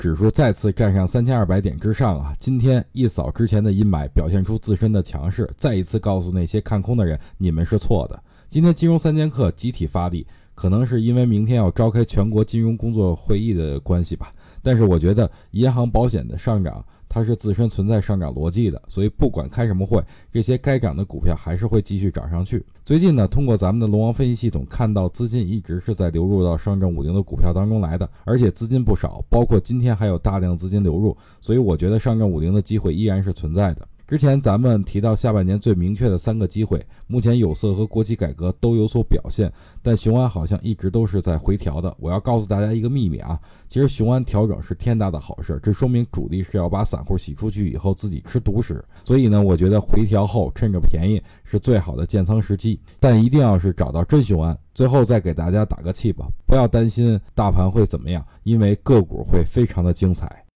指数再次站上3200点之上啊，今天一扫之前的阴霾，表现出自身的强势，再一次告诉那些看空的人，你们是错的。今天金融三剑客集体发力，可能是因为明天要召开全国金融工作会议的关系吧，但是我觉得银行保险的上涨它是自身存在上涨逻辑的，所以不管开什么会，这些该涨的股票还是会继续涨上去。最近呢，通过咱们的龙王分析系统看到资金一直是在流入到上证50的股票当中来的，而且资金不少，包括今天还有大量资金流入，所以我觉得上证50的机会依然是存在的。之前咱们提到下半年最明确的3个机会，目前有色和国企改革都有所表现，但雄安好像一直都是在回调的。我要告诉大家一个秘密啊，其实雄安调整是天大的好事，这说明主力是要把散户洗出去以后自己吃独食。所以呢，我觉得回调后趁着便宜是最好的建仓时机，但一定要是找到真雄安。最后再给大家打个气吧，不要担心大盘会怎么样，因为个股会非常的精彩。